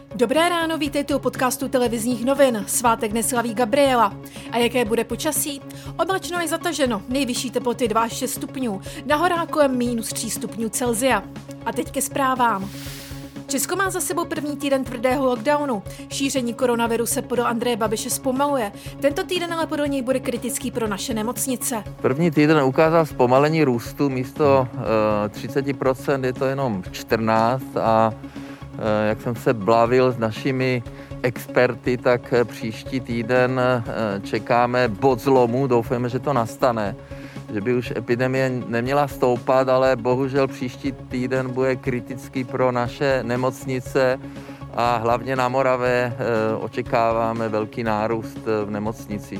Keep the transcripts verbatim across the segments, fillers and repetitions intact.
Dobré ráno, vítejte u podcastu televizních novin. Svátek neslaví Gabriela. A jaké bude počasí? Oblačno je zataženo, nejvyšší teploty dva až šest stupňů, na horách kolem minus tři stupňů Celsia. A teď ke zprávám. Česko má za sebou první týden tvrdého lockdownu. Šíření koronaviru se podle Andreje Babiše zpomaluje. Tento týden ale podle něj bude kritický pro naše nemocnice. První týden ukázal zpomalení růstu, místo uh, třicet procent je to jenom čtrnáct procent a uh, jak jsem se bavil s našimi experty, tak příští týden uh, čekáme bod zlomu, doufáme, že to nastane. Že by už epidemie neměla stoupat, ale bohužel příští týden bude kritický pro naše nemocnice a hlavně na Moravě očekáváme velký nárůst v nemocnicích.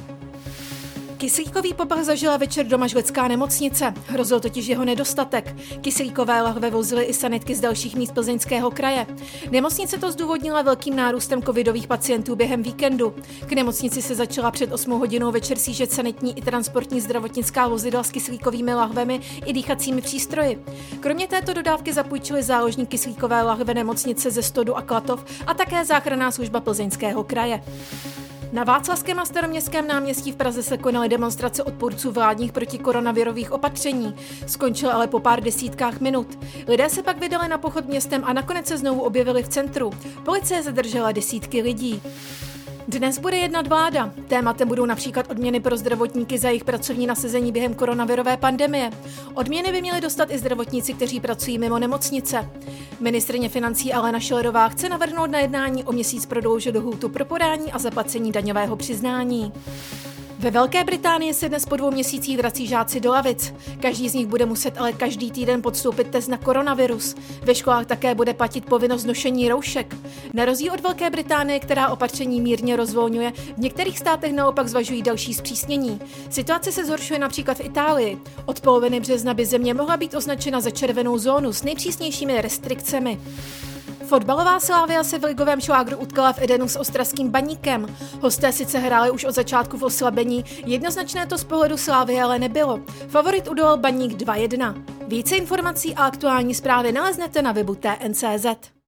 Kyslíkový poplach zažila večer doma žlecká nemocnice. Hrozil totiž jeho nedostatek. Kyslíkové lahve vozily i sanitky z dalších míst Plzeňského kraje. Nemocnice to zdůvodnila velkým nárůstem covidových pacientů během víkendu. K nemocnici se začala před osmou hodinou večer sjíždět sanitní i transportní zdravotnická vozidla s kyslíkovými lahvemi i dýchacími přístroji. Kromě této dodávky zapůjčili záložní kyslíkové lahve nemocnice ze Stodu a Klatov a také záchranná služba Plzeňského kraje. Na Václavském a Staroměstském náměstí v Praze se konaly demonstrace odpůrců vládních protikoronavirových opatření. Skončily ale po pár desítkách minut. Lidé se pak vydali na pochod městem a nakonec se znovu objevili v centru. Policie zadržela desítky lidí. Dnes bude jednat vláda. Tématem budou například odměny pro zdravotníky za jejich pracovní nasazení během koronavirové pandemie. Odměny by měli dostat i zdravotníci, kteří pracují mimo nemocnice. Ministryně financí Alena Schillerová chce navrhnout na jednání o měsíc prodloužit lhůtu pro podání a zaplacení daňového přiznání. Ve Velké Británii se dnes po dvou měsících vrací žáci do lavic. Každý z nich bude muset ale každý týden podstoupit test na koronavirus. Ve školách také bude platit povinnost nošení roušek. Na rozdíl od Velké Británie, která opatření mírně rozvolňuje, v některých státech naopak zvažují další zpřísnění. Situace se zhoršuje například v Itálii. Od poloviny března by země mohla být označena za červenou zónu s nejpřísnějšími restrikcemi. Fotbalová Slavia se v ligovém šlágru utkala v Edenu s ostravským Baníkem. Hosté sice hráli už od začátku v oslabení, jednoznačné to z pohledu Slavie ale nebylo. Favorit udolal Baník dva jedna. Více informací a aktuální zprávy naleznete na webu T N C Z.